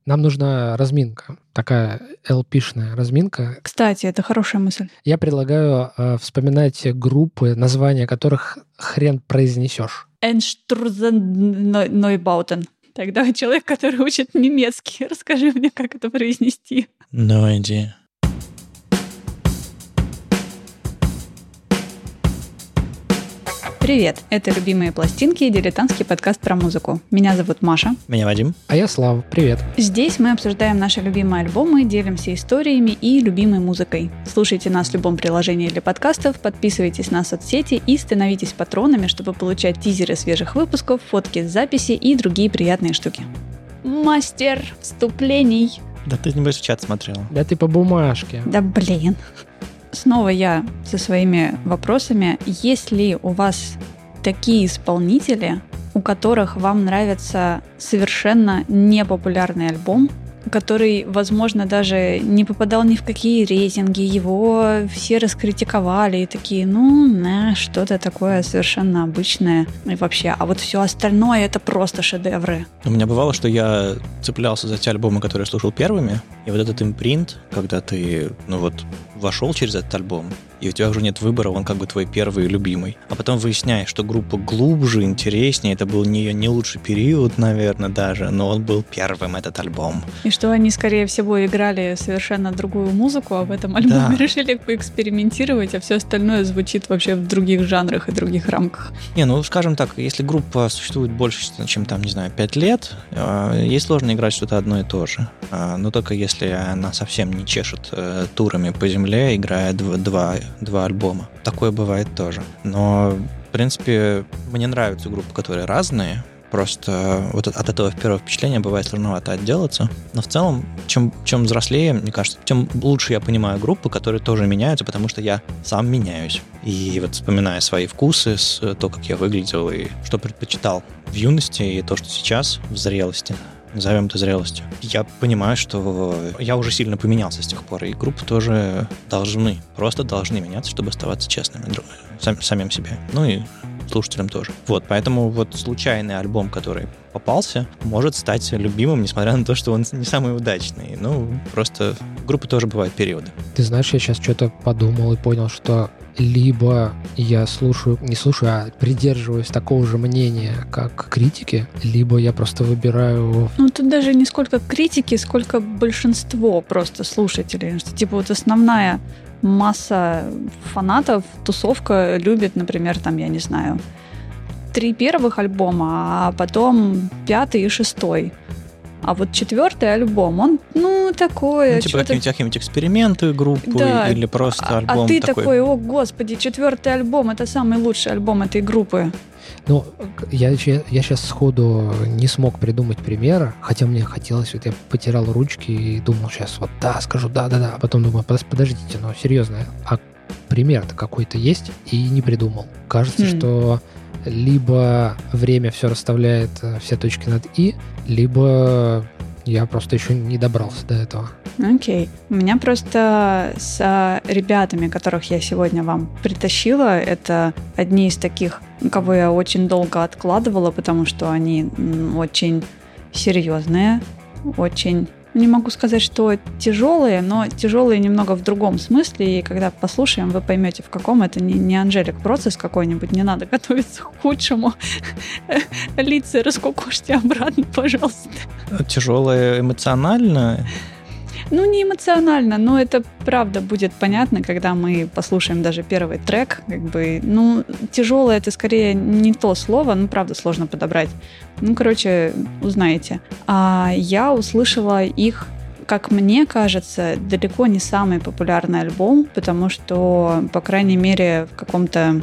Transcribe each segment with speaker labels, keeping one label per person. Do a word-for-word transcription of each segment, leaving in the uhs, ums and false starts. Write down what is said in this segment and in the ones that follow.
Speaker 1: Нам нужна разминка, такая эл пи-шная разминка.
Speaker 2: Кстати, это хорошая мысль.
Speaker 1: Я предлагаю э, вспоминать группы, названия которых хрен произнесешь.
Speaker 2: Einstürzen-Neubauten. Тогда человек, который учит немецкий, расскажи мне, как это произнести.
Speaker 3: No idea.
Speaker 2: Привет, это «Любимые пластинки» и дилетантский подкаст про музыку. Меня зовут Маша.
Speaker 3: Меня Вадим.
Speaker 1: А я Слава. Привет.
Speaker 2: Здесь мы обсуждаем наши любимые альбомы, делимся историями и любимой музыкой. Слушайте нас в любом приложении для подкастов, подписывайтесь на соцсети и становитесь патронами, чтобы получать тизеры свежих выпусков, фотки с записи и другие приятные штуки. Мастер вступлений.
Speaker 3: Да ты, небось, в чат смотрела.
Speaker 1: Да ты по бумажке.
Speaker 2: Да блин. Снова я со своими вопросами. Есть ли у вас такие исполнители, у которых вам нравится совершенно непопулярный альбом, который, возможно, даже не попадал ни в какие рейтинги, его все раскритиковали и такие, ну, на, что-то такое совершенно обычное и вообще. А вот все остальное — это просто шедевры.
Speaker 3: У меня бывало, что я цеплялся за те альбомы, которые я слушал первыми, и вот этот импринт, когда ты, ну вот, вошел через этот альбом, и у тебя уже нет выбора, он как бы твой первый и любимый. А потом выясняешь, что группа глубже, интереснее, это был не, не лучший период, наверное, даже, но он был первым, этот альбом.
Speaker 2: И что они, скорее всего, играли совершенно другую музыку, а в этом альбоме
Speaker 3: Да.
Speaker 2: решили поэкспериментировать, а все остальное звучит вообще в других жанрах и других рамках.
Speaker 3: Не, ну, скажем так, если группа существует больше, чем, там, не знаю, пять лет, э, ей сложно играть что-то одно и то же. Э, но только если она совсем не чешет э, турами по земле, играя два, два, два альбома. Такое бывает тоже. Но, в принципе, мне нравятся группы, которые разные. Просто вот от этого первого впечатления бывает сложновато отделаться. Но в целом, чем, чем взрослее, мне кажется, тем лучше я понимаю группы, которые тоже меняются, потому что я сам меняюсь. И вот вспоминая свои вкусы, с, то, как я выглядел и что предпочитал в юности, и то, что сейчас в зрелости, назовем это зрелостью, я понимаю, что я уже сильно поменялся с тех пор, и группы тоже должны, просто должны меняться, чтобы оставаться честными сам, самим себе. Ну и слушателям тоже. Вот, поэтому вот случайный альбом, который попался, может стать любимым, несмотря на то, что он не самый удачный. Ну, просто группы тоже бывают периоды.
Speaker 1: Ты знаешь, я сейчас что-то подумал и понял, что либо я слушаю, не слушаю, а придерживаюсь такого же мнения, как критики, либо я просто выбираю...
Speaker 2: Ну, тут даже не сколько критики, сколько большинство просто слушателей. Что, типа, вот основная масса фанатов, тусовка любит, например, там, я не знаю, три первых альбома, а потом пятый и шестой. А вот четвертый альбом, он, ну, такое...
Speaker 3: Ну, типа какие-нибудь, какие-нибудь эксперименты группы,
Speaker 2: да.
Speaker 3: или просто
Speaker 2: а,
Speaker 3: альбом
Speaker 2: а ты
Speaker 3: такой...
Speaker 2: такой, о, господи, четвертый альбом, это самый лучший альбом этой группы.
Speaker 1: Ну, я, я, я сейчас сходу не смог придумать примера, хотя мне хотелось, вот я потерял ручки и думал сейчас, вот да, скажу да-да-да, а потом думаю, подождите, ну, серьезно, а пример-то какой-то есть? И не придумал. Кажется,
Speaker 2: хм.
Speaker 1: что либо время все расставляет все точки над «и», либо я просто еще не добрался до этого.
Speaker 2: Окей. Okay. У меня просто с ребятами, которых я сегодня вам притащила, это одни из таких, кого я очень долго откладывала, потому что они очень серьезные, очень... Не могу сказать, что тяжелые, но тяжелые немного в другом смысле, и когда послушаем, вы поймете, в каком. Это не, не Анжелик процесс какой-нибудь, не надо готовиться к худшему. Лица раскукошьте обратно, пожалуйста.
Speaker 3: Тяжелое эмоционально?
Speaker 2: Ну, не эмоционально, но это правда будет понятно, когда мы послушаем даже первый трек. Как бы, ну, тяжелое — это скорее не то слово, ну, правда, сложно подобрать. Ну, короче, узнаете. А я услышала их, как мне кажется, далеко не самый популярный альбом, потому что, по крайней мере, в каком-то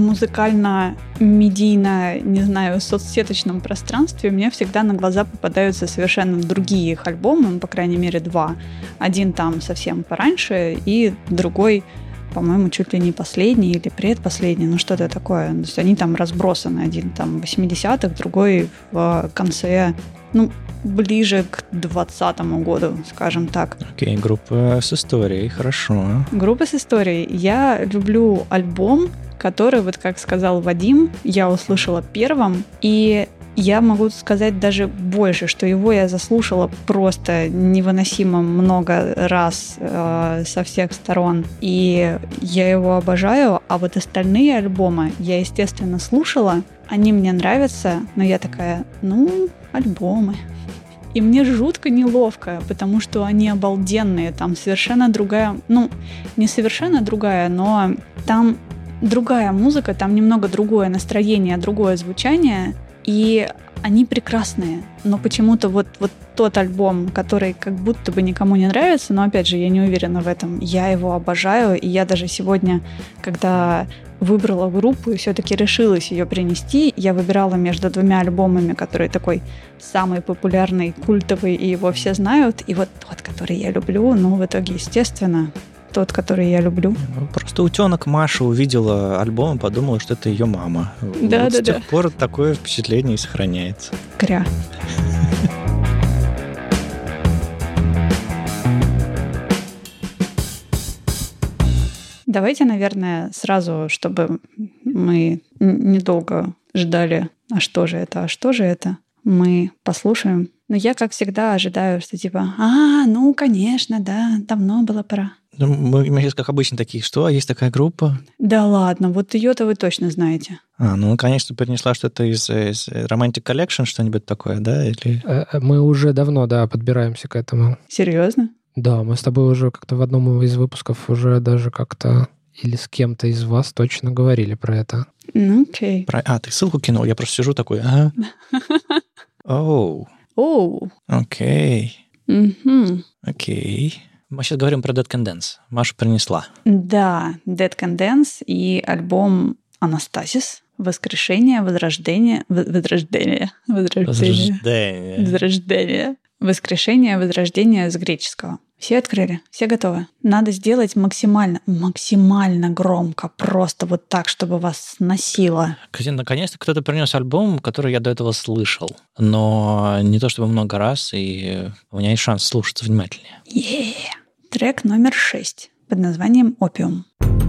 Speaker 2: музыкально-медийно, не знаю, соцсеточном пространстве мне всегда на глаза попадаются совершенно другие их альбомы, по крайней мере, два. Один там совсем пораньше, и другой, по-моему, чуть ли не последний или предпоследний, ну что-то такое. То есть они там разбросаны. Один там в восьмидесятых, другой в конце, ну, ближе к двадцатому году, скажем так.
Speaker 3: Окей, okay, группа с историей, хорошо.
Speaker 2: Группа с историей. Я люблю альбом, который, вот как сказал Вадим, я услышала первым, и я могу сказать даже больше, что его я заслушала просто невыносимо много раз э, со всех сторон. И я его обожаю, а вот остальные альбомы я, естественно, слушала. Они мне нравятся, но я такая, ну, альбомы. И мне жутко неловко, потому что они обалденные. Там совершенно другая, ну, не совершенно другая, но там другая музыка, там немного другое настроение, другое звучание. И они прекрасные. Но почему-то вот, вот тот альбом, который как будто бы никому не нравится, но, опять же, я не уверена в этом, я его обожаю. И я даже сегодня, когда выбрала группу и все-таки решилась ее принести, я выбирала между двумя альбомами, который такой самый популярный, культовый, и его все знают, и вот тот, который я люблю, но в итоге, естественно, тот, который я люблю.
Speaker 3: Просто утенок Маша увидела альбом и подумала, что это ее мама.
Speaker 2: Да,
Speaker 3: вот
Speaker 2: да,
Speaker 3: с тех
Speaker 2: да.
Speaker 3: пор такое впечатление и сохраняется.
Speaker 2: Кря. Давайте, наверное, сразу, чтобы мы недолго ждали, а что же это, а что же это, мы послушаем. Но я, как всегда, ожидаю, что типа, а, ну, конечно, да, давно было пора.
Speaker 3: Ну, мы, мы сейчас, как обычно, такие, что, есть такая группа?
Speaker 2: Да ладно, вот ее-то вы точно знаете.
Speaker 3: А, ну, конечно, принесла что-то из, из Romantic Collection, что-нибудь такое, да? Или...
Speaker 1: Мы уже давно, да, подбираемся к этому.
Speaker 2: Серьезно?
Speaker 1: Да, мы с тобой уже как-то в одном из выпусков уже даже как-то или с кем-то из вас точно говорили про это.
Speaker 2: Ну, окей.
Speaker 3: Про... А, ты ссылку кинул? Я просто сижу такой, ага. Оу.
Speaker 2: Оу.
Speaker 3: Окей.
Speaker 2: Угу.
Speaker 3: Окей. Мы сейчас говорим про Dead Can Dance. Маша принесла.
Speaker 2: Да, Dead Can Dance и альбом Анастасис. Воскрешение, возрождение, возрождение, возрождение,
Speaker 3: Возрождение.
Speaker 2: возрождение, воскрешение, возрождение с греческого. Все открыли, все готовы. Надо сделать максимально, максимально громко, просто вот так, чтобы вас сносило.
Speaker 3: Кстати, наконец-то кто-то принес альбом, который я до этого слышал, но не то чтобы много раз, и у меня есть шанс слушаться внимательнее.
Speaker 2: Yeah. Трек номер шесть под названием «Опиум».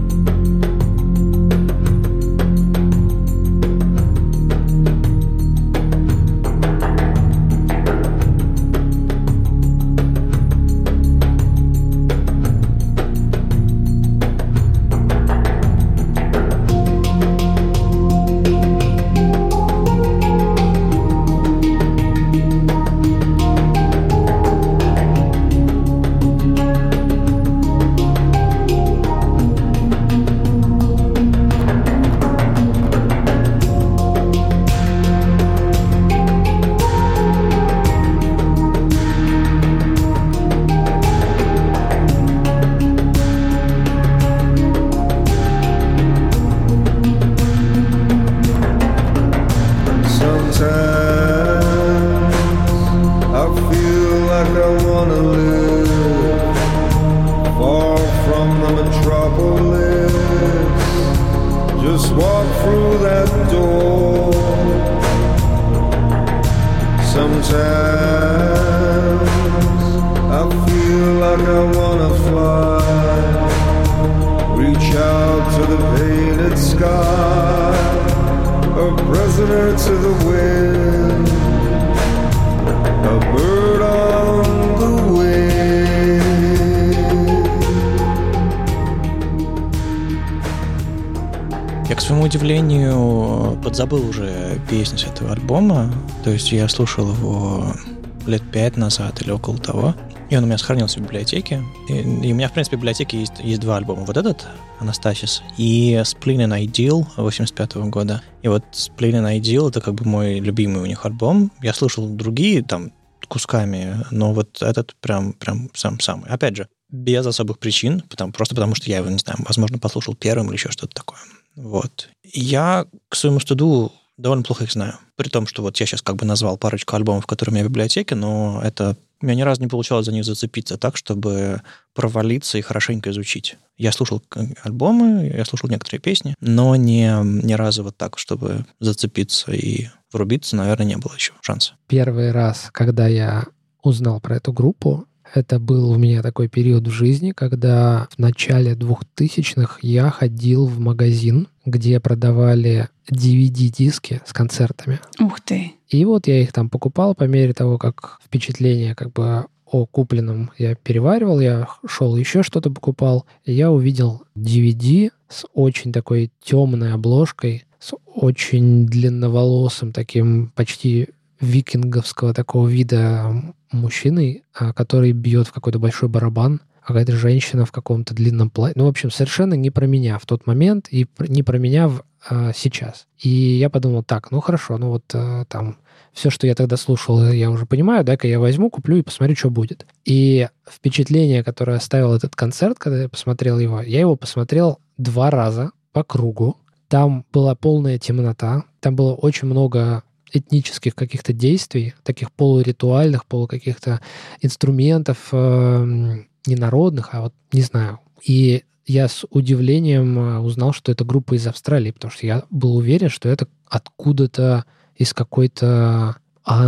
Speaker 3: Удивлению, подзабыл уже песню с этого альбома. То есть я слушал его лет пять назад или около того. И он у меня сохранился в библиотеке. И, и у меня, в принципе, в библиотеке есть, есть два альбома. Вот этот, Анастасис, и Spleen and Ideal восемьдесят пятого года. И вот Spleen and Ideal — это как бы мой любимый у них альбом. Я слушал другие там кусками, но вот этот прям, прям сам-самый. Опять же, без особых причин, потому, просто потому что я его, не знаю, возможно, послушал первым или еще что-то такое. Вот. Я, к своему стыду, довольно плохо их знаю. При том, что вот я сейчас как бы назвал парочку альбомов, которые у меня в библиотеке, но это... У меня ни разу не получалось за них зацепиться так, чтобы провалиться и хорошенько изучить. Я слушал альбомы, я слушал некоторые песни, но не, ни разу вот так, чтобы зацепиться и врубиться, наверное, не было еще шанса.
Speaker 1: Первый раз, когда я узнал про эту группу, это был у меня такой период в жизни, когда в начале двухтысячных я ходил в магазин, где продавали ди ви ди-диски с концертами.
Speaker 2: Ух ты!
Speaker 1: И вот я их там покупал по мере того, как впечатление как бы о купленном я переваривал, я шел еще что-то покупал, и я увидел ди ви ди с очень такой темной обложкой, с очень длинноволосым таким почти викинговского такого вида мужчиной, который бьет в какой-то большой барабан, а какая-то женщина в каком-то длинном платье. Ну, в общем, совершенно не про меня в тот момент и не про меня в, а, сейчас. И я подумал, так, ну хорошо, ну вот а, там все, что я тогда слушал, я уже понимаю, дай-ка я возьму, куплю и посмотрю, что будет. И впечатление, которое оставил этот концерт, когда я посмотрел его, я его посмотрел два раза по кругу. Там была полная темнота, там было очень много этнических каких-то действий, таких полуритуальных, полу каких-то инструментов, э, не народных, а вот не знаю. И я с удивлением узнал, что это группа из Австралии, потому что я был уверен, что это откуда-то из какой-то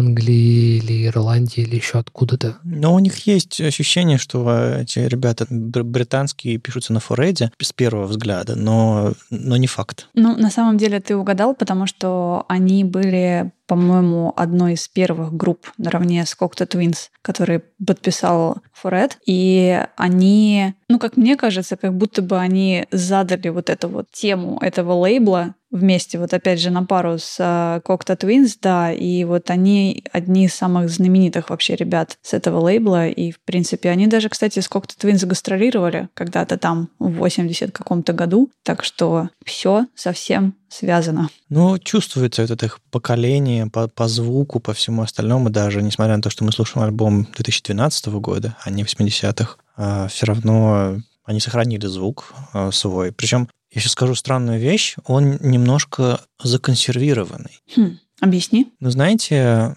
Speaker 1: Англии или Ирландии или еще откуда-то.
Speaker 3: Но у них есть ощущение, что эти ребята британские пишутся на фореде с первого взгляда, но, но не факт.
Speaker 2: Ну, на самом деле ты угадал, потому что они были, по-моему, одной из первых групп наравне с Cocteau Twins, который подписал Форед. И они, ну, как мне кажется, как будто бы они задали вот эту вот тему этого лейбла вместе, вот опять же, на пару с Cocteau Twins, да, и вот они одни из самых знаменитых вообще ребят с этого лейбла, и, в принципе, они даже, кстати, с Cocteau Twins гастролировали когда-то там в восемьдесят каком-то году, так что все совсем связано.
Speaker 3: Ну, чувствуется вот это их поколение по, по звуку, по всему остальному, даже несмотря на то, что мы слушаем альбом две тысячи двенадцатого года, а не восьмидесятых, а все равно они сохранили звук а, свой. Причем, я сейчас скажу странную вещь, он немножко законсервированный.
Speaker 2: Хм, объясни.
Speaker 3: Ну, знаете,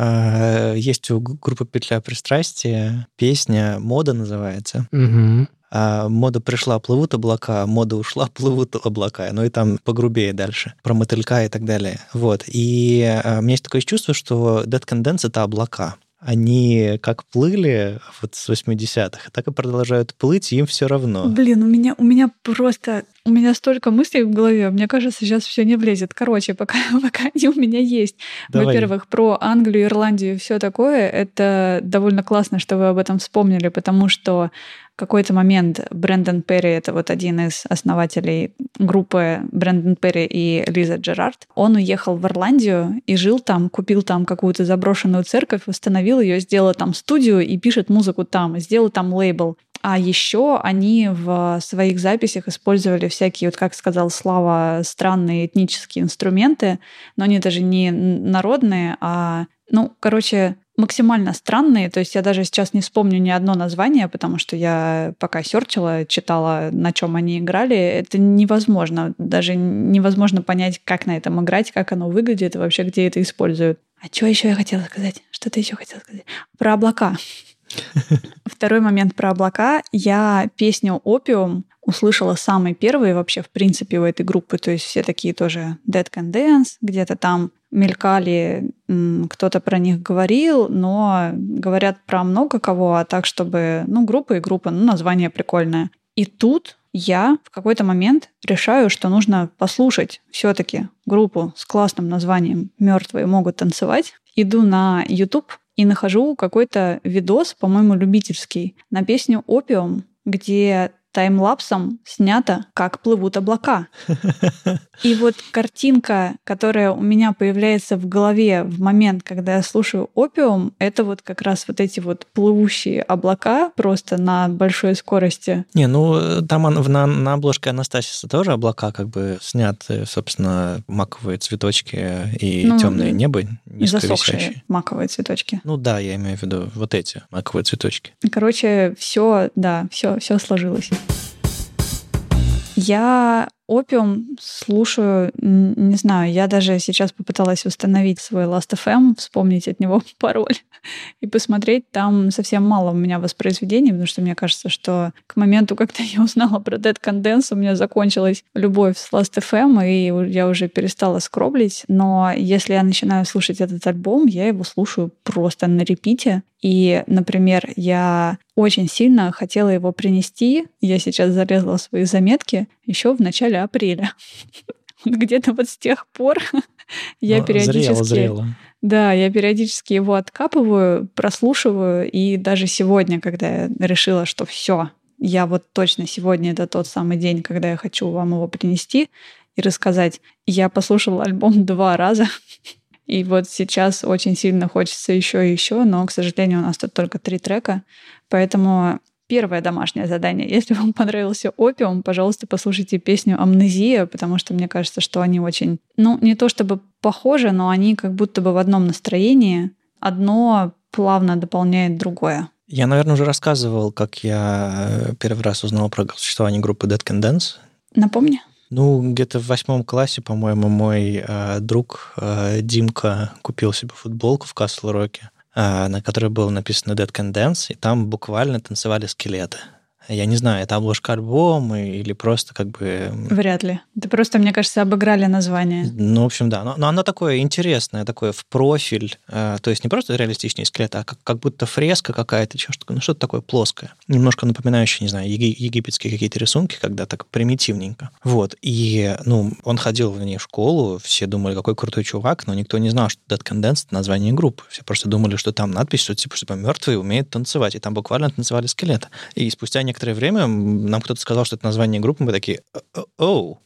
Speaker 3: а, есть у группы «Петля пристрастия» песня «Мода» называется.
Speaker 1: Угу.
Speaker 3: А мода пришла, плывут облака, мода ушла, плывут облака. Ну и там погрубее дальше, про мотылька и так далее. Вот. И а, у меня есть такое чувство, что Dead Can Dance — это облака. Они как плыли вот с восьмидесятых, так и продолжают плыть, и им все равно.
Speaker 2: Блин, у меня, у меня просто... У меня столько мыслей в голове, мне кажется, сейчас все не влезет. Короче, пока, пока они у меня есть.
Speaker 3: Давай.
Speaker 2: Во-первых, про Англию, Ирландию и все такое, это довольно классно, что вы об этом вспомнили, потому что в какой-то момент Брэндон Перри, это вот один из основателей группы Брэндон Перри и Лиза Джерард, он уехал в Ирландию и жил там, купил там какую-то заброшенную церковь, восстановил ее, сделал там студию и пишет музыку там, сделал там лейбл. А еще они в своих записях использовали всякие, вот как сказал Слава, странные этнические инструменты, но они даже не народные, а, ну, короче, максимально странные. То есть я даже сейчас не вспомню ни одно название, потому что я пока серчила, читала, на чем они играли. Это невозможно. Даже невозможно понять, как на этом играть, как оно выглядит и вообще где это используют. А что еще я хотела сказать? Что-то еще хотела сказать. Про облака. Второй момент про облака. Я песню «Опиум» услышала самой первой вообще, в принципе, у этой группы. То есть все такие тоже Dead Can Dance, где-то там мелькали, кто-то про них говорил, но говорят про много кого, а так, чтобы, ну, группа и группа, ну, название прикольное. И тут я в какой-то момент решаю, что нужно послушать все-таки группу с классным названием «Мертвые могут танцевать». Иду на YouTube и нахожу какой-то видос, по-моему, любительский, на песню «Опиум», где таймлапсом снято, как плывут облака. И вот картинка, которая у меня появляется в голове в момент, когда я слушаю «Опиум», это вот как раз вот эти вот плывущие облака просто на большой скорости.
Speaker 3: Не, ну там на, на обложке Анастасиса тоже облака как бы сняты, собственно, маковые цветочки и ну, темное небо низковисящие.
Speaker 2: Маковые цветочки.
Speaker 3: Ну да, я имею в виду вот эти маковые цветочки.
Speaker 2: Короче, все, да, все, все сложилось. Я «Опиум» слушаю, не знаю, я даже сейчас попыталась установить свой Last эф эм, вспомнить от него пароль и посмотреть. Там совсем мало у меня воспроизведений, потому что мне кажется, что к моменту, когда я узнала про Dead Can Dance, у меня закончилась любовь с Last эф эм, и я уже перестала скроблить. Но если я начинаю слушать этот альбом, я его слушаю просто на репите. И, например, я очень сильно хотела его принести. Я сейчас залезла в свои заметки еще в начале апреля. Где-то вот с тех пор я
Speaker 3: ну,
Speaker 2: периодически...
Speaker 3: Зрело, зрело.
Speaker 2: Да, я периодически его откапываю, прослушиваю, и даже сегодня, когда я решила, что все, я вот точно сегодня это тот самый день, когда я хочу вам его принести и рассказать. Я послушала альбом два раза, и вот сейчас очень сильно хочется еще и еще, но, к сожалению, у нас тут только три трека, поэтому первое домашнее задание. Если вам понравился «Опиум», пожалуйста, послушайте песню «Амнезия», потому что мне кажется, что они очень, ну, не то чтобы похожи, но они как будто бы в одном настроении. Одно плавно дополняет другое.
Speaker 3: Я, наверное, уже рассказывал, как я первый раз узнал про существование группы Dead Can Dance.
Speaker 2: Напомни.
Speaker 3: Ну, где-то в восьмом классе, по-моему, мой э, друг э, Димка купил себе футболку в Касл-Роке, э, на которой было написано Dead Can Dance, и там буквально танцевали скелеты. Я не знаю, это обложка альбома или просто как бы...
Speaker 2: Вряд ли. Это просто, мне кажется, обыграли название.
Speaker 3: Ну, в общем, да. Но, но оно такое интересное, такое в профиль. Э, то есть не просто реалистичный скелет, а как, как будто фреска какая-то, что-то, ну, что-то такое плоское. Немножко напоминающее, не знаю, еги- египетские какие-то рисунки, когда так примитивненько. Вот. И, ну, он ходил в ней в школу, все думали, какой крутой чувак, но никто не знал, что Dead Can Dance — это название группы. Все просто думали, что там надпись, что типа, что мертвые умеют танцевать. И там буквально танцевали скелеты. И спустя некоторое время нам кто-то сказал, что это название группы, мы такие «Оу».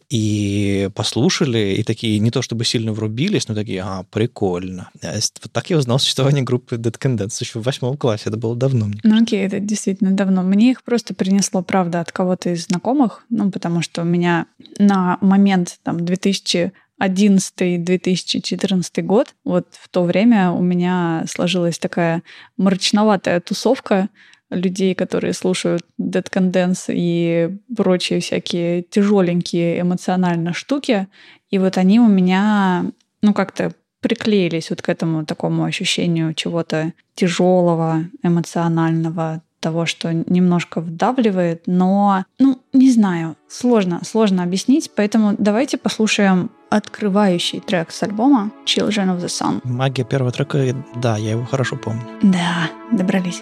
Speaker 3: И послушали, и такие не то чтобы сильно врубились, но такие «А, прикольно». Вот так я узнал существование группы Dead Can Dance еще в восьмом классе. Это было давно, мне кажется.
Speaker 2: Ну окей, это действительно давно. Мне их просто принесло, правда, от кого-то из знакомых, ну потому что у меня на момент там две тысячи одиннадцатый - две тысячи четырнадцатый год, вот в то время у меня сложилась такая мрачноватая тусовка людей, которые слушают Dead Can Dance и прочие всякие тяжеленькие эмоционально штуки. И вот они у меня, ну, как-то приклеились вот к этому такому ощущению чего-то тяжелого, эмоционального, того, что немножко вдавливает, но, ну, не знаю, сложно, сложно объяснить, поэтому давайте послушаем открывающий трек с альбома Children of the Sun.
Speaker 3: Магия первого трека, да, я его хорошо помню.
Speaker 2: Да, добрались.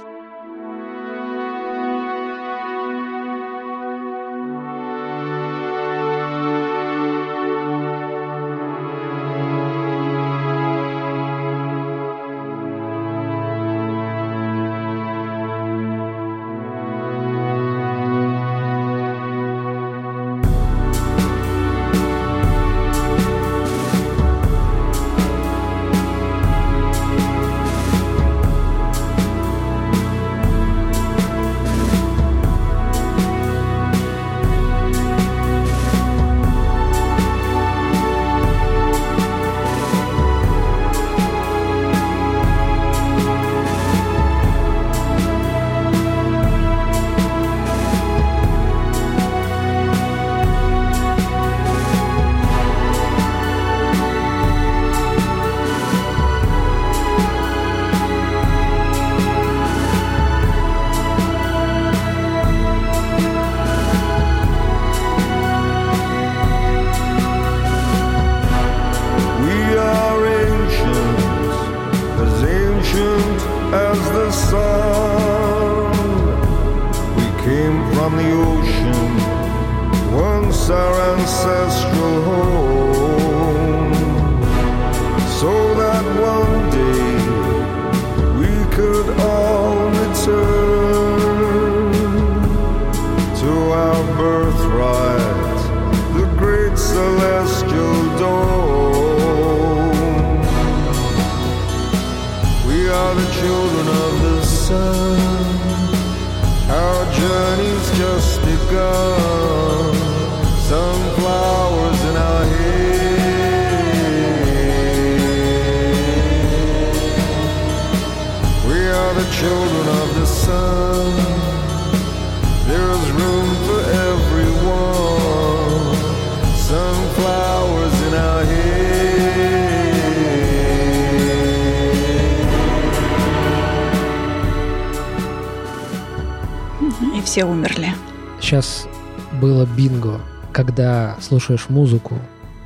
Speaker 2: Все умерли.
Speaker 1: Сейчас было бинго, когда слушаешь музыку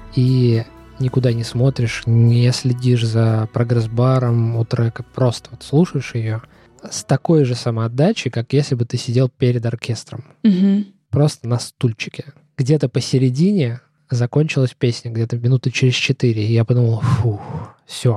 Speaker 1: и никуда не смотришь, не следишь за прогресс-баром у трека, просто вот слушаешь ее с такой же самоотдачей, как если бы ты сидел перед оркестром.
Speaker 2: Угу.
Speaker 1: Просто на стульчике. Где-то посередине закончилась песня, где-то минуты через четыре, и я подумал, фу, все.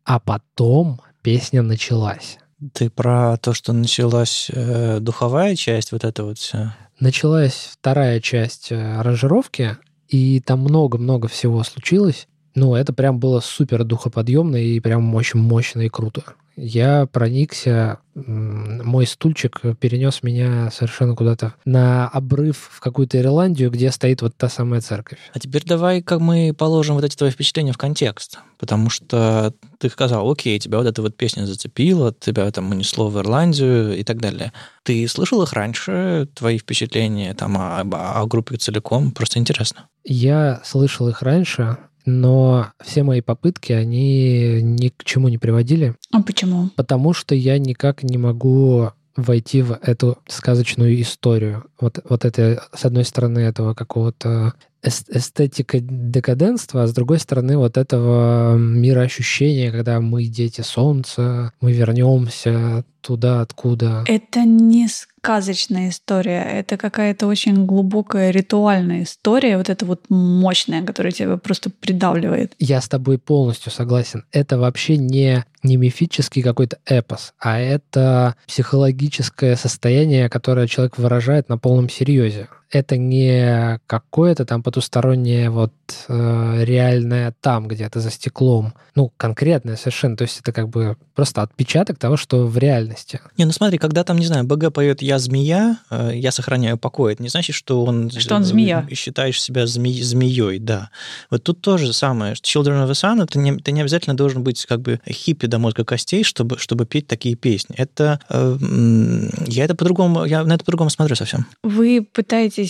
Speaker 1: а потом песня началась.
Speaker 3: Ты про то, что началась э, духовая часть, вот это вот все?
Speaker 1: Началась вторая часть аранжировки, и там много-много всего случилось. Ну, это прям было супер духоподъемно и прям очень мощно и круто. Я проникся, мой стульчик перенес меня совершенно куда-то на обрыв в какую-то Ирландию, где стоит вот та самая церковь.
Speaker 3: А теперь давай как мы положим вот эти твои впечатления в контекст, потому что ты сказал, окей, тебя вот эта вот песня зацепила, тебя там унесло в Ирландию и так далее. Ты слышал их раньше, твои впечатления там о, о, о группе целиком? Просто интересно.
Speaker 1: Я слышал их раньше, но все мои попытки, они ни к чему не приводили.
Speaker 2: А почему?
Speaker 1: Потому что я никак не могу войти в эту сказочную историю. Вот, вот это, с одной стороны, этого какого-то эстетика декаденства, а с другой стороны, вот этого мироощущения, когда мы дети солнца, мы вернемся туда, откуда.
Speaker 2: Это не сказочная история, это какая-то очень глубокая ритуальная история, вот эта вот мощная, которая тебя просто придавливает.
Speaker 1: Я с тобой полностью согласен. Это вообще не, не мифический какой-то эпос, а это психологическое состояние, которое человек выражает на полном серьезе. Это не какое-то там потустороннее вот э, реальное там где-то за стеклом. Ну, конкретное совершенно. То есть это как бы просто отпечаток того, что в реальности.
Speaker 3: Не, ну смотри, когда там, не знаю, БГ поет «Я змея», э, «Я сохраняю покой», это не значит, что он...
Speaker 2: Что он змея.
Speaker 3: Считаешь себя зме- змеей, да. Вот тут тоже самое. «Children of the Sun» — это не, ты не обязательно должен быть как бы хиппи до мозга костей, чтобы, чтобы петь такие песни. Это... Э, я это по-другому... Я на это по-другому смотрю совсем.
Speaker 2: Вы пытаетесь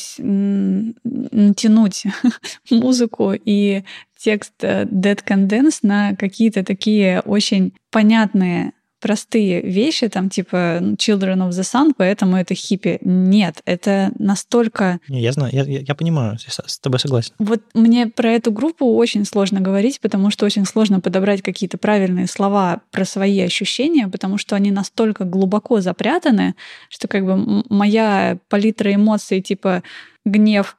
Speaker 2: натянуть музыку и текст Dead Can Dance на какие-то такие очень понятные, простые вещи, там типа Children of the Sun, поэтому это хиппи. Нет, это настолько...
Speaker 3: Не, я знаю, я, я понимаю, я с тобой согласен.
Speaker 2: Вот мне про эту группу очень сложно говорить, потому что очень сложно подобрать какие-то правильные слова про свои ощущения, потому что они настолько глубоко запрятаны, что как бы моя палитра эмоций типа гнев,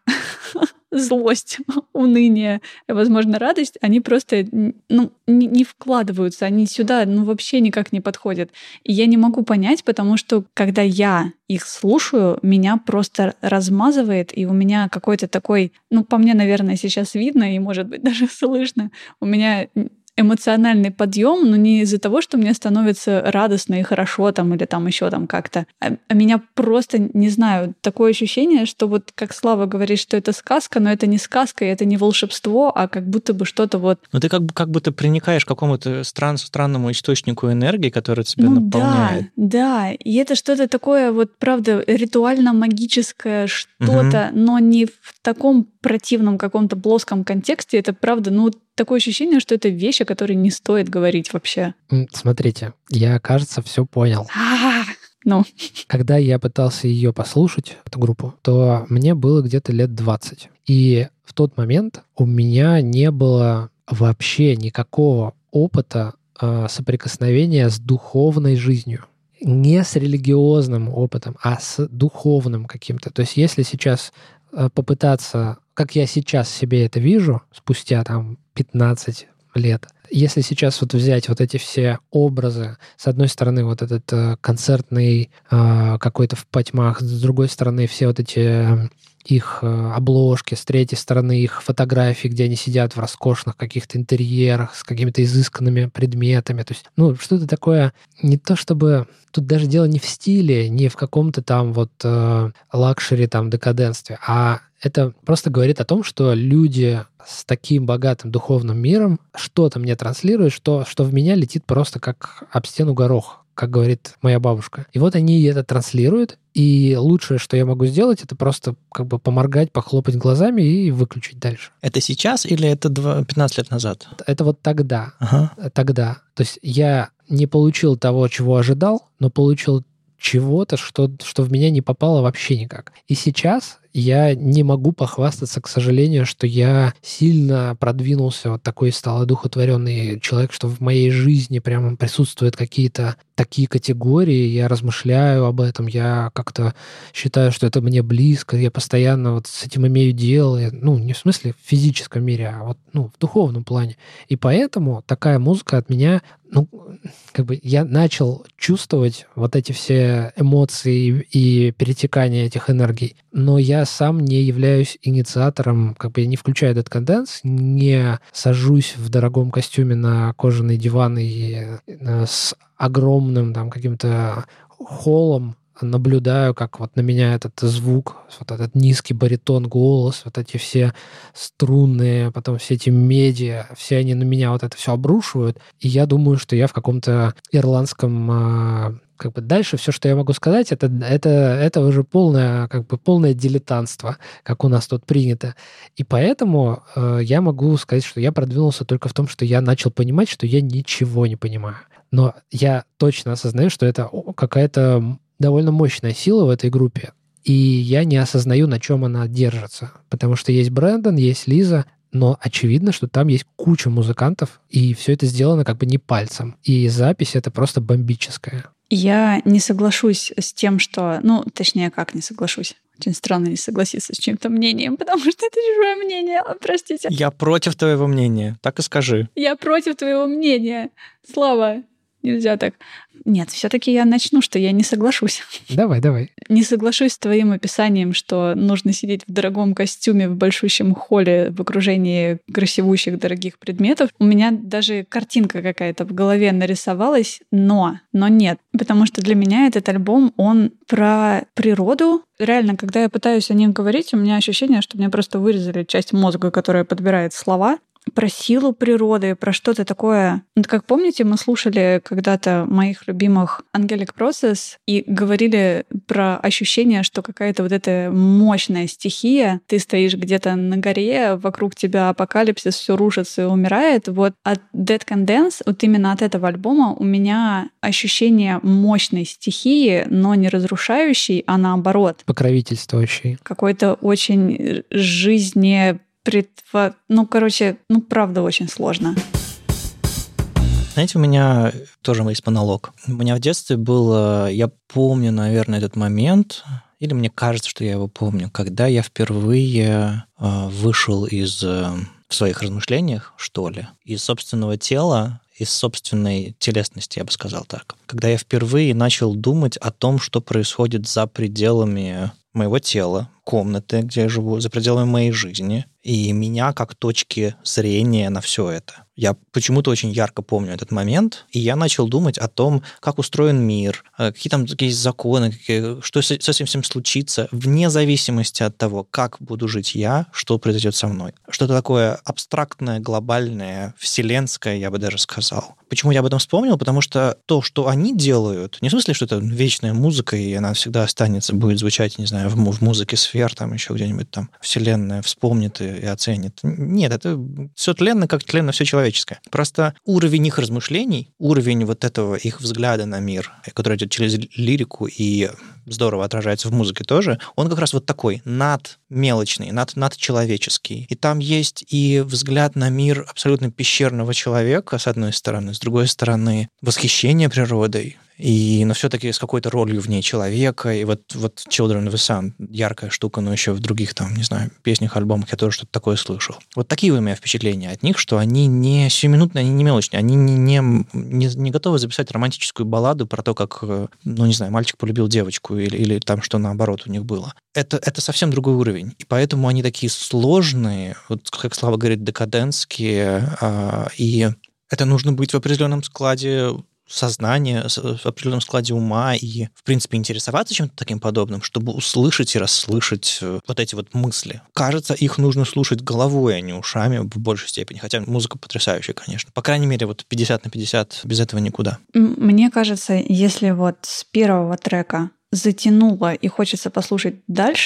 Speaker 2: злость, уныние, возможно, радость, они просто ну, не, не вкладываются, они сюда ну, вообще никак не подходят. И я не могу понять, потому что когда я их слушаю, меня просто размазывает, и у меня какой-то такой, ну, по мне, наверное, сейчас видно, и, может быть, даже слышно, у меня эмоциональный подъем, но не из-за того, что мне становится радостно и хорошо там или там еще там как-то, а, а меня просто, не знаю, такое ощущение, что вот как Слава говорит, что это сказка, но это не сказка, и это не волшебство, а как будто бы что-то вот...
Speaker 3: Ну ты как, бы, как будто приникаешь к какому-то стран, странному источнику энергии, который тебя
Speaker 2: ну,
Speaker 3: наполняет.
Speaker 2: Да, да, и это что-то такое вот, правда, ритуально-магическое что-то, угу. но не в таком противном каком-то плоском контексте, это правда, ну, такое ощущение, что это вещь, о которой не стоит говорить вообще.
Speaker 1: Смотрите, я, кажется, все понял.
Speaker 2: А-а-а, ну.
Speaker 1: Когда я пытался ее послушать, эту группу, то мне было где-то лет двадцать. И в тот момент у меня не было вообще никакого опыта э, соприкосновения с духовной жизнью. Не с религиозным опытом, а с духовным каким-то. То есть если сейчас э, попытаться, как я сейчас себе это вижу, спустя там пятнадцать лет, если сейчас вот взять вот эти все образы, с одной стороны вот этот э, концертный э, какой-то в потьмах, с другой стороны все вот эти э, их э, обложки, с третьей стороны их фотографии, где они сидят в роскошных каких-то интерьерах с какими-то изысканными предметами. То есть, ну, что-то такое, не то чтобы... Тут даже дело не в стиле, не в каком-то там вот э, лакшери, там, декаденстве, а это просто говорит о том, что люди с таким богатым духовным миром что-то мне транслируют, что, что в меня летит просто как об стену горох, как говорит моя бабушка. И вот они это транслируют, и лучшее, что я могу сделать, это просто как бы поморгать, похлопать глазами и выключить дальше.
Speaker 3: Это сейчас или это пятнадцать лет назад?
Speaker 1: Это вот тогда.
Speaker 3: Ага.
Speaker 1: Тогда. То есть я не получил того, чего ожидал, но получил чего-то, что, что в меня не попало вообще никак. И сейчас я не могу похвастаться, к сожалению, что я сильно продвинулся, вот такой стал одухотворенный человек, что в моей жизни прямо присутствуют какие-то такие категории, я размышляю об этом, я как-то считаю, что это мне близко, я постоянно вот с этим имею дело, ну, не в смысле в физическом мире, а вот, ну, в духовном плане. И поэтому такая музыка от меня, ну, как бы я начал чувствовать вот эти все эмоции и перетекания этих энергий, но я сам не являюсь инициатором, как бы я не включаю этот конденс, не сажусь в дорогом костюме на кожаный диван и с огромным там каким-то холлом наблюдаю, как вот на меня этот звук, вот этот низкий баритон, голос, вот эти все струнные, потом все эти меди, все они на меня вот это все обрушивают. И я думаю, что я в каком-то ирландском... Как бы дальше все, что я могу сказать, это, это, это уже полное, как бы полное дилетантство, как у нас тут принято. И поэтому э, я могу сказать, что я продвинулся только в том, что я начал понимать, что я ничего не понимаю. Но я точно осознаю, что это какая-то довольно мощная сила в этой группе, и я не осознаю, на чем она держится. Потому что есть Брэндон, есть Лиза, но очевидно, что там есть куча музыкантов, и все это сделано как бы не пальцем. И запись — это просто бомбическая.
Speaker 2: Я не соглашусь с тем, что... Ну, точнее, как не соглашусь? Очень странно не согласиться с чьим-то мнением, потому что это чужое мнение. Простите.
Speaker 3: Я против твоего мнения. Так и скажи.
Speaker 2: Я против твоего мнения. Слава, нельзя так. Нет, все-таки я начну, что я не соглашусь.
Speaker 1: Давай, давай.
Speaker 2: Не соглашусь с твоим описанием, что нужно сидеть в дорогом костюме в большущем холле в окружении красивущих дорогих предметов. У меня даже картинка какая-то в голове нарисовалась, но, но нет. Потому что для меня этот альбом, он про природу. Реально, когда я пытаюсь о нем говорить, у меня ощущение, что мне просто вырезали часть мозга, которая подбирает слова. Про силу природы, про что-то такое. Вот как помните, мы слушали когда-то моих любимых Angelic Process и говорили про ощущение, что какая-то вот эта мощная стихия, ты стоишь где-то на горе, вокруг тебя апокалипсис, все рушится и умирает. Вот от Dead Can Dance, вот именно от этого альбома у меня ощущение мощной стихии, но не разрушающей, а наоборот.
Speaker 1: Покровительствующей.
Speaker 2: Какой-то очень жизне Притва... Ну, короче, ну, правда, очень сложно.
Speaker 3: Знаете, у меня тоже есть монолог. У меня в детстве был, я помню, наверное, этот момент, или мне кажется, что я его помню, когда я впервые вышел из, в своих размышлениях, что ли, из собственного тела, из собственной телесности, я бы сказал так. Когда я впервые начал думать о том, что происходит за пределами моего тела, комнаты, где я живу, за пределами моей жизни, и меня как точки зрения на все это. Я почему-то очень ярко помню этот момент, и я начал думать о том, как устроен мир, какие там есть законы, какие, что с этим всем случится, вне зависимости от того, как буду жить я, что произойдет со мной. Что-то такое абстрактное, глобальное, вселенское, я бы даже сказал. Почему я об этом вспомнил? Потому что то, что они делают, не в смысле, что это вечная музыка, и она всегда останется, будет звучать, не знаю, в, в музыке сфер, там еще где-нибудь там вселенная вспомнит и, и оценит. Нет, это все тленно, как тленно все человеческое. Просто уровень их размышлений, уровень вот этого их взгляда на мир, который идет через лирику и здорово отражается в музыке тоже, он как раз вот такой, надмелочный, над, надчеловеческий. И там есть и взгляд на мир абсолютно пещерного человека, с одной стороны, с другой стороны, восхищение природой, и, но все-таки с какой-то ролью в ней человека. И вот, вот Children of the Sun, яркая штука, но еще в других, там, не знаю, песнях, альбомах я тоже что-то такое слышал. Вот такие у меня впечатления от них, что они не сиюминутные, они не мелочные, они не, не, не, не готовы записать романтическую балладу про то, как, ну, не знаю, мальчик полюбил девочку или, или там, что наоборот у них было. Это, это совсем другой уровень. И поэтому они такие сложные, вот, как Слава говорит, декадентские, а, и это нужно быть в определенном складе сознания, в определенном складе ума и, в принципе, интересоваться чем-то таким подобным, чтобы услышать и расслышать вот эти вот мысли. Кажется, их нужно слушать головой, а не ушами в большей степени. Хотя музыка потрясающая, конечно. По крайней мере, вот пятьдесят на пятьдесят без этого никуда.
Speaker 2: Мне кажется, если вот с первого трека затянуло и хочется послушать дальше,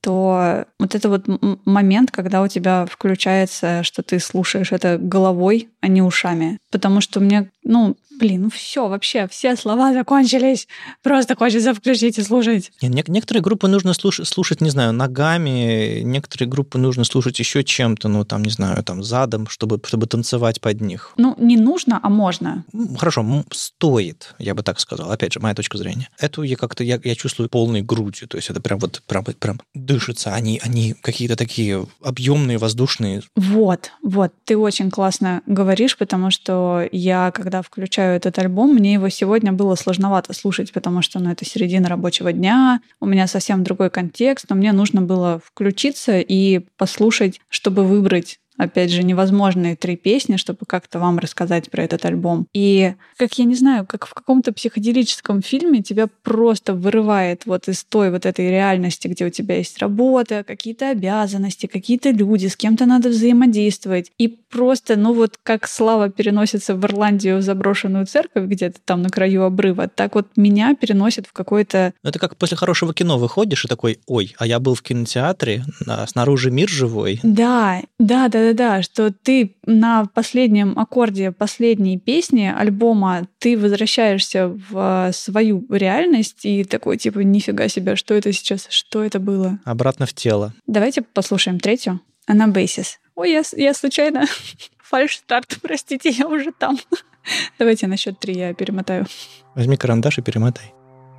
Speaker 2: то вот это вот момент, когда у тебя включается, что ты слушаешь это головой, а не ушами. Потому что мне, ну, блин, ну все, вообще, все слова закончились. Просто хочется включить и слушать.
Speaker 3: Нет, некоторые группы нужно слушать, слушать, не знаю, ногами, некоторые группы нужно слушать еще чем-то, ну, там, не знаю, там, задом, чтобы, чтобы танцевать под них.
Speaker 2: Ну, не нужно, а можно.
Speaker 3: Хорошо, стоит, я бы так сказал. Опять же, моя точка зрения. Эту я как-то, я, я чувствую полной грудью, то есть это прям вот, прям, прям дышится. Они, они какие-то такие объемные, воздушные.
Speaker 2: Вот, вот, ты очень классно говоришь, потому что я, когда включаю этот альбом, мне его сегодня было сложновато слушать, потому что, ну, это середина рабочего дня, у меня совсем другой контекст, но мне нужно было включиться и послушать, чтобы выбрать, опять же, невозможные три песни, чтобы как-то вам рассказать про этот альбом. И, как я не знаю, как в каком-то психоделическом фильме тебя просто вырывает вот из той вот этой реальности, где у тебя есть работа, какие-то обязанности, какие-то люди, с кем-то надо взаимодействовать. И просто, ну вот как Слава переносится в Ирландию в заброшенную церковь где-то там на краю обрыва, так вот меня переносит в какой-то...
Speaker 3: Это как после хорошего кино выходишь и такой, ой, а я был в кинотеатре, а снаружи мир живой.
Speaker 2: Да, да, да, Да-да-да, что ты на последнем аккорде последней песни альбома ты возвращаешься в свою реальность и такой типа нифига себе, что это сейчас, что это было?
Speaker 3: Обратно в тело.
Speaker 2: Давайте послушаем третью. Анабейсис. Ой, я, я случайно фальш-старт, простите, я уже там. Давайте на счет три я перемотаю.
Speaker 3: Возьми карандаш и перемотай.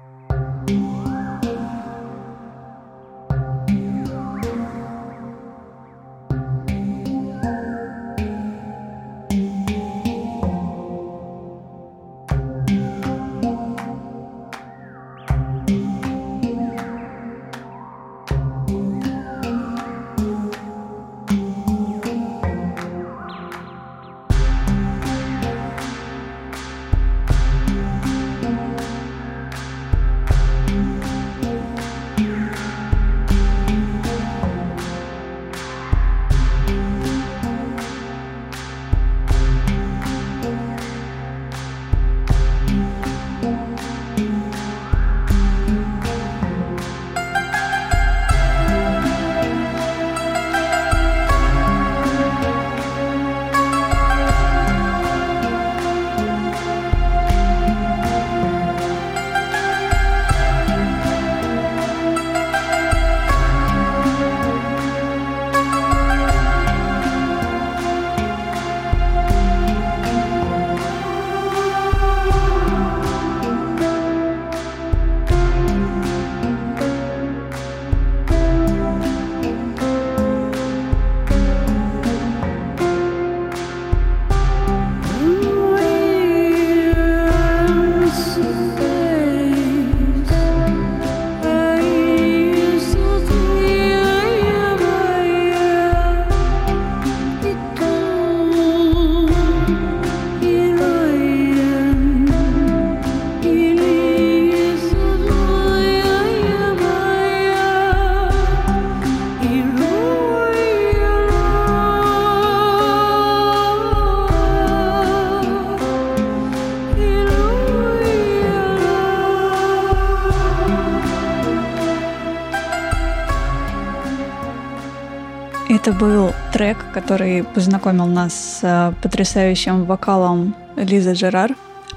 Speaker 2: Это был трек, который познакомил нас с потрясающим вокалом Лизы Жерар.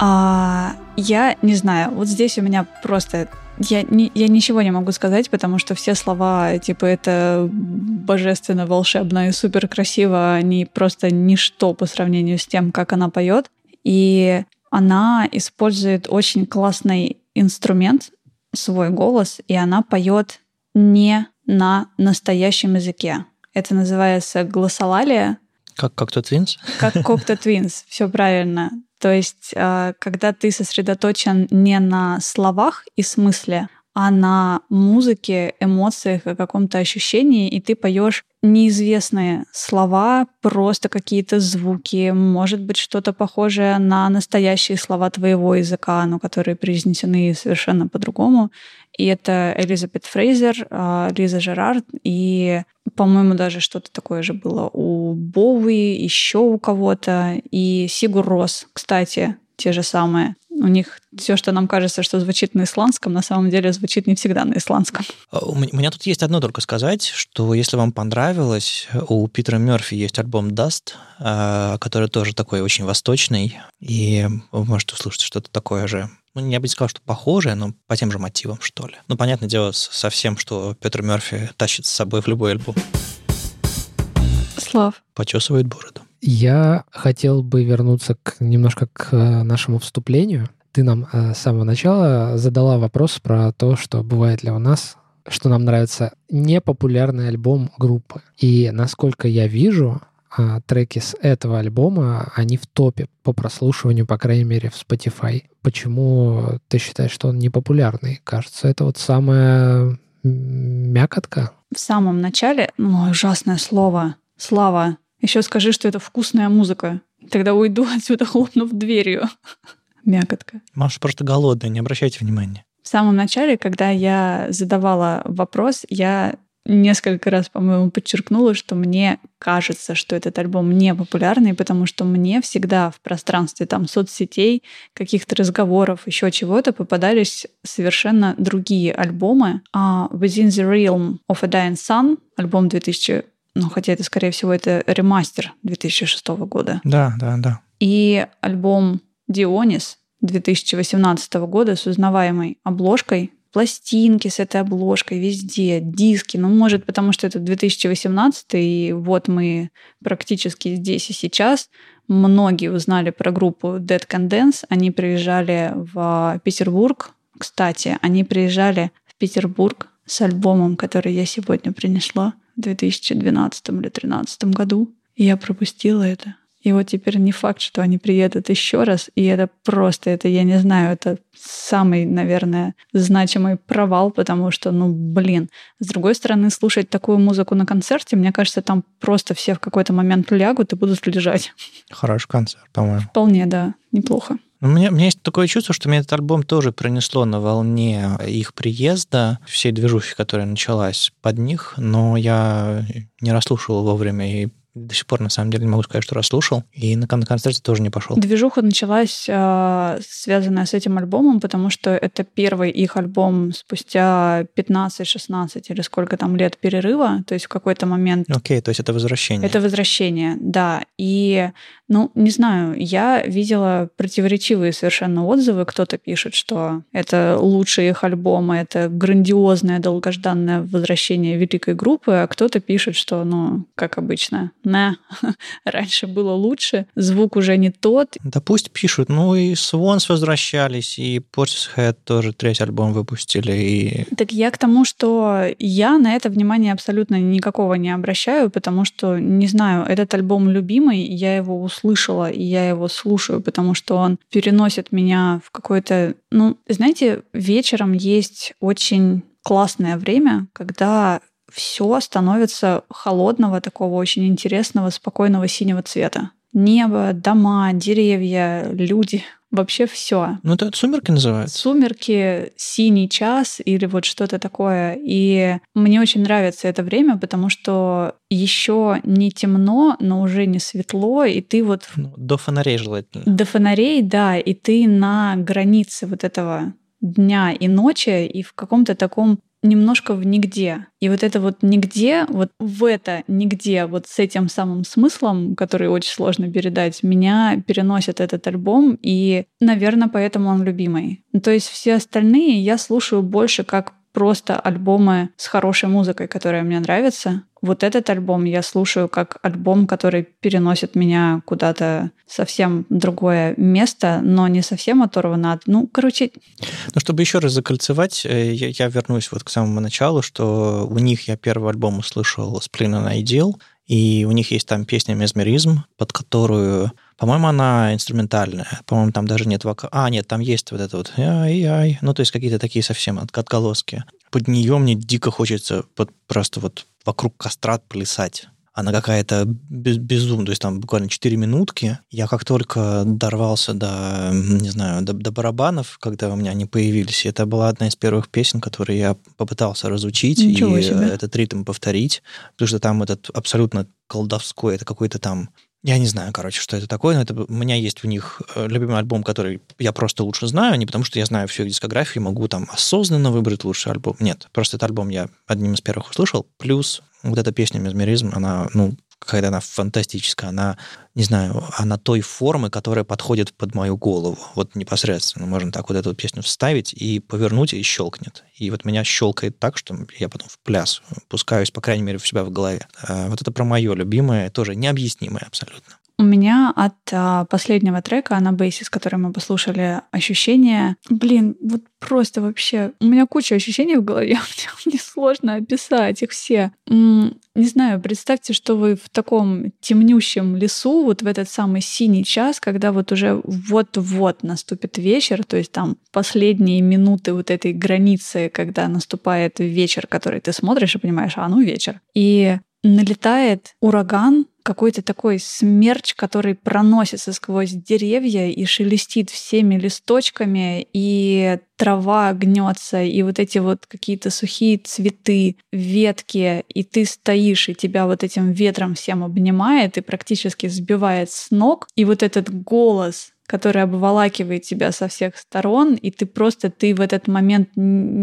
Speaker 2: А я не знаю, вот здесь у меня просто... Я, не, я ничего не могу сказать, потому что все слова, типа, это божественно, волшебно и супер красиво, они просто ничто по сравнению с тем, как она поет. И она использует очень классный инструмент, свой голос, и она поет не на настоящем языке. Это называется глоссолалия.
Speaker 3: Как Cocteau Twins?
Speaker 2: Как Cocteau Twins, все правильно. То есть, когда ты сосредоточен не на словах и смысле, а на музыке, эмоциях и каком-то ощущении, и ты поешь неизвестные слова, просто какие-то звуки, может быть, что-то похожее на настоящие слова твоего языка, но которые произнесены совершенно по-другому. И это Элизабет Фрейзер, Лиза Жерар, и, по-моему, даже что-то такое же было у Боуи, еще у кого-то, и Сигур Рос, кстати, те же самые. У них все, что нам кажется, что звучит на исландском, на самом деле звучит не всегда на исландском.
Speaker 3: У меня тут есть одно только сказать, что если вам понравилось, у Питера Мёрфи есть альбом Dust, который тоже такой очень восточный, и вы можете услышать что-то такое же. Ну, я бы не сказал, что похожее, но по тем же мотивам, что ли. Ну, понятное дело, со всем, что Питер Мёрфи тащит с собой в любой альбом.
Speaker 2: Слав.
Speaker 3: Почесывает бороду.
Speaker 1: Я хотел бы вернуться к, немножко к нашему вступлению. Ты нам с самого начала задала вопрос про то, что бывает ли у нас, что нам нравится непопулярный альбом группы. И насколько я вижу, треки с этого альбома, они в топе по прослушиванию, по крайней мере, в Spotify. Почему ты считаешь, что он непопулярный? Кажется, это вот самая мякотка.
Speaker 2: В самом начале, ну, ужасное слово, Слава, еще скажи, что это вкусная музыка. Тогда уйду отсюда, хлопнув дверью. Мякотка.
Speaker 3: Маша просто голодная, не обращайте внимания.
Speaker 2: В самом начале, когда я задавала вопрос, я несколько раз, по-моему, подчеркнула, что мне кажется, что этот альбом не популярный, потому что мне всегда в пространстве там соцсетей, каких-то разговоров, еще чего-то попадались совершенно другие альбомы. А Within the Realm of a Dying Sun, альбом две тысячи, ну хотя это, скорее всего, это ремастер две тысячи шестого года.
Speaker 3: Да, да, да.
Speaker 2: И альбом Dionys две тысячи восемнадцатого года с узнаваемой обложкой, пластинки с этой обложкой везде, диски. Ну, может, потому что это две тысячи восемнадцатый, и вот мы практически здесь и сейчас. Многие узнали про группу Dead Can Dance. Они приезжали в Петербург. Кстати, они приезжали в Петербург с альбомом, который я сегодня принесла в две тысячи двенадцатом или две тысячи тринадцатом году. И я пропустила это. И вот теперь не факт, что они приедут еще раз, и это просто, это, я не знаю, это самый, наверное, значимый провал, потому что, ну, блин. С другой стороны, слушать такую музыку на концерте, мне кажется, там просто все в какой-то момент лягут и будут лежать.
Speaker 3: Хороший концерт, по-моему.
Speaker 2: Вполне, да, неплохо.
Speaker 3: У меня, у меня есть такое чувство, что меня этот альбом тоже пронесло на волне их приезда, всей движухи, которая началась под них, но я не расслушивал вовремя и до сих пор, на самом деле, не могу сказать, что расслушал. И на, на концерте тоже не пошел.
Speaker 2: Движуха началась, э, связанная с этим альбомом, потому что это первый их альбом спустя пятнадцать-шестнадцать или сколько там лет перерыва. То есть в какой-то момент...
Speaker 3: Окей, okay, то есть это возвращение.
Speaker 2: Это возвращение, да. И, ну, не знаю, я видела противоречивые совершенно отзывы. Кто-то пишет, что это лучший их альбом, это грандиозное, долгожданное возвращение великой группы, а кто-то пишет, что, ну, как обычно, на, раньше было лучше, звук уже не тот.
Speaker 3: Да пусть пишут. Ну и Swans возвращались, и Portishead тоже третий альбом выпустили. И...
Speaker 2: Так я к тому, что я на это внимание абсолютно никакого не обращаю, потому что, не знаю, этот альбом любимый, я его услышала, и я его слушаю, потому что он переносит меня в какое-то... Ну, знаете, вечером есть очень классное время, когда все становится холодного, такого очень интересного, спокойного синего цвета. Небо, дома, деревья, люди, вообще все.
Speaker 3: Ну, это сумерки называется.
Speaker 2: Сумерки, синий час или вот что-то такое. И мне очень нравится это время, потому что еще не темно, но уже не светло, и ты вот...
Speaker 3: Ну, до фонарей желательно.
Speaker 2: До фонарей, да, и ты на границе вот этого дня и ночи, и в каком-то таком немножко в нигде. И вот это вот нигде, вот в это нигде, вот с этим самым смыслом, который очень сложно передать, меня переносит этот альбом, и, наверное, поэтому он любимый. То есть все остальные я слушаю больше как просто альбомы с хорошей музыкой, которая мне нравится. Вот этот альбом я слушаю как альбом, который переносит меня куда-то совсем другое место, но не совсем оторвано от... Ну, короче...
Speaker 3: Ну, чтобы еще раз закольцевать, я, я вернусь вот к самому началу, что у них я первый альбом услышал «Spleen and Ideal», и у них есть там песня «Mesmerism», под которую... По-моему, она инструментальная. По-моему, там даже нет вока... А, нет, там есть вот это вот ай-ай. Ну, то есть какие-то такие совсем отголоски. Под нее мне дико хочется вот просто вот вокруг костра плясать. Она какая-то без, безумная. То есть там буквально четыре минутки. Я как только дорвался до, не знаю, до, до барабанов, когда у меня они появились, это была одна из первых песен, которые я попытался разучить.
Speaker 2: Ничего
Speaker 3: и
Speaker 2: себе.
Speaker 3: Этот ритм повторить. Потому что там этот абсолютно колдовской, это какой-то там Я не знаю, короче, что это такое, но это, у меня есть у них любимый альбом, который я просто лучше знаю, не потому что я знаю всю их дискографию, могу там осознанно выбрать лучший альбом. Нет, просто этот альбом я одним из первых услышал, плюс вот эта песня «Мезмеризм», она, ну, какая-то она фантастическая, она, не знаю, она той формы, которая подходит под мою голову. Вот непосредственно можно так вот эту песню вставить и повернуть, и щелкнет. И вот меня щелкает так, что я потом в пляс пускаюсь, по крайней мере, в себя в голове. Вот это про мое любимое, тоже необъяснимое абсолютно.
Speaker 2: У меня от а, последнего трека на Basis, который мы послушали, ощущение... Блин, вот просто вообще... У меня куча ощущений в голове, мне сложно описать их все. М-м, не знаю, представьте, что вы в таком темнющем лесу, вот в этот самый синий час, когда вот уже вот-вот наступит вечер, то есть там последние минуты вот этой границы, когда наступает вечер, который ты смотришь и понимаешь, а ну вечер. И налетает ураган, какой-то такой смерч, который проносится сквозь деревья и шелестит всеми листочками, и трава гнется, и вот эти вот какие-то сухие цветы, ветки, и ты стоишь, и тебя вот этим ветром всем обнимает и практически сбивает с ног, и вот этот голос, который обволакивает тебя со всех сторон, и ты просто, ты в этот момент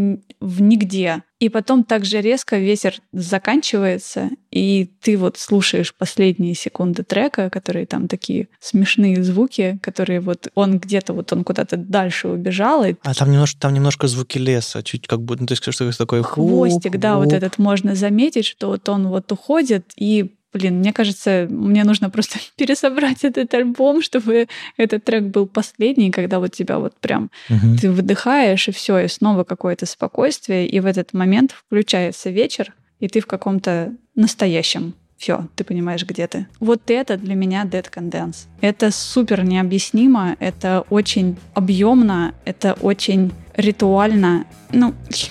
Speaker 2: в нигде. И потом так же резко ветер заканчивается, и ты вот слушаешь последние секунды трека, которые там такие смешные звуки, которые вот он где-то, вот он куда-то дальше убежал. И...
Speaker 3: А там немножко, там немножко звуки леса, чуть как будто, ну, то есть что-то такое...
Speaker 2: Хвостик, да, вот этот можно заметить, что вот он вот уходит, и блин, мне кажется, мне нужно просто пересобрать этот альбом, чтобы этот трек был последний, когда вот тебя вот прям угу. ты выдыхаешь, и все, и снова какое-то спокойствие, и в этот момент включается вечер, и ты в каком-то настоящем. Все, ты понимаешь, где ты. Вот это для меня Dead Can Dance. Это супер необъяснимо, это очень объемно, это очень ритуально. Ну,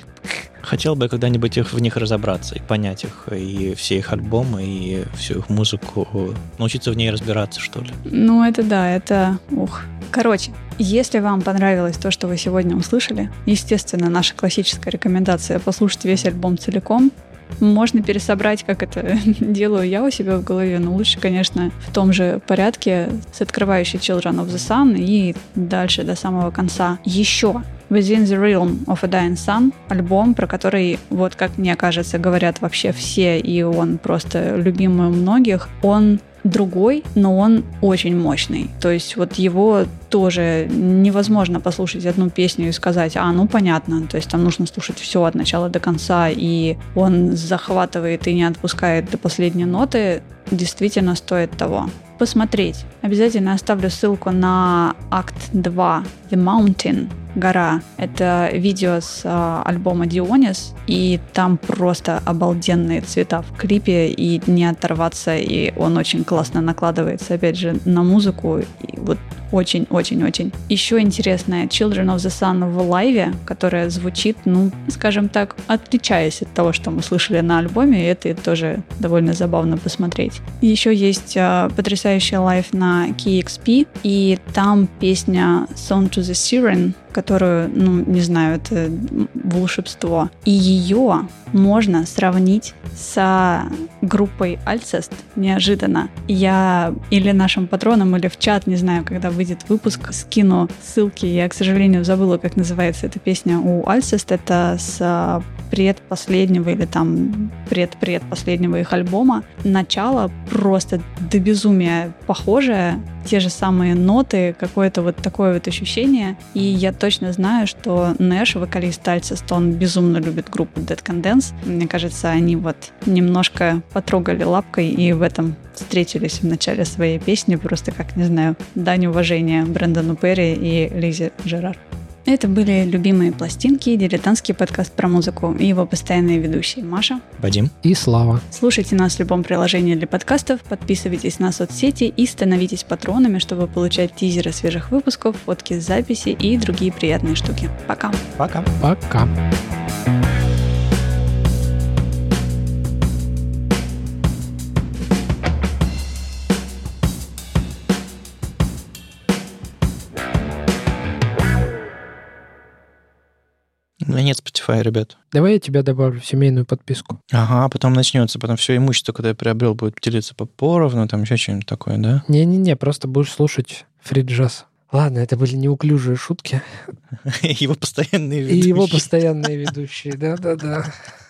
Speaker 3: хотел бы когда-нибудь их, в них разобраться и понять их, и все их альбомы, и всю их музыку, научиться в ней разбираться, что ли.
Speaker 2: Ну, это да, это... Ух. Короче, если вам понравилось то, что вы сегодня услышали, естественно, наша классическая рекомендация послушать весь альбом целиком. Можно пересобрать, как это делаю я у себя в голове, но лучше, конечно, в том же порядке с открывающей Children of the Sun и дальше до самого конца. Еще Within the Realm of a Dying Sun, альбом, про который, вот как мне кажется, говорят вообще все, и он просто любимый у многих. Он другой, но он очень мощный. То есть вот его тоже невозможно послушать одну песню и сказать, а, ну понятно, то есть там нужно слушать все от начала до конца, и он захватывает и не отпускает до последней ноты, действительно стоит того. Посмотреть. Обязательно оставлю ссылку на акт два The Mountain, гора. Это видео с а, альбома Dionys, и там просто обалденные цвета в клипе, и не оторваться, и он очень классно накладывается, опять же, на музыку, и вот очень-очень-очень. Еще интересная Children of the Sun в лайве, которая звучит, ну, скажем так, отличаясь от того, что мы слышали на альбоме, и это тоже довольно забавно посмотреть. Еще есть а, потрясающий лайв на кей экс пи, и там песня Song to the Siren, которую, ну, не знаю, это волшебство. И ее можно сравнить с группой Alcest неожиданно. Я или нашим патронам, или в чат, не знаю, когда выйдет выпуск, скину ссылки. Я, к сожалению, забыла, как называется эта песня у Alcest. Это с предпоследнего или там предпредпоследнего их альбома. Начало просто до безумия похожее. Те же самые ноты, какое-то вот такое вот ощущение. И я точно знаю, что Нэш, вокалист Alcest, он безумно любит группу Dead Can Dance. Мне кажется, они вот немножко потрогали лапкой и в этом встретились в начале своей песни, просто как, не знаю, дань уважения Брэндону Перри и Лизе Жерар. Это были любимые пластинки, дилетантский подкаст про музыку и его постоянные ведущие Маша,
Speaker 3: Вадим
Speaker 1: и Слава.
Speaker 2: Слушайте нас в любом приложении для подкастов, подписывайтесь на соцсети и становитесь патронами, чтобы получать тизеры свежих выпусков, фотки с записи и другие приятные штуки. Пока.
Speaker 3: Пока.
Speaker 1: Пока.
Speaker 3: У меня нет Spotify. Spotify, ребят.
Speaker 1: Давай я тебя добавлю в семейную подписку.
Speaker 3: Ага, потом начнется, потом все имущество, которое я приобрел, будет делиться поровну, там еще что-нибудь такое, да?
Speaker 1: Не-не-не, просто будешь слушать фри-джаз. Ладно, это были неуклюжие шутки.
Speaker 3: Его постоянные ведущие.
Speaker 1: И его постоянные ведущие, да-да-да.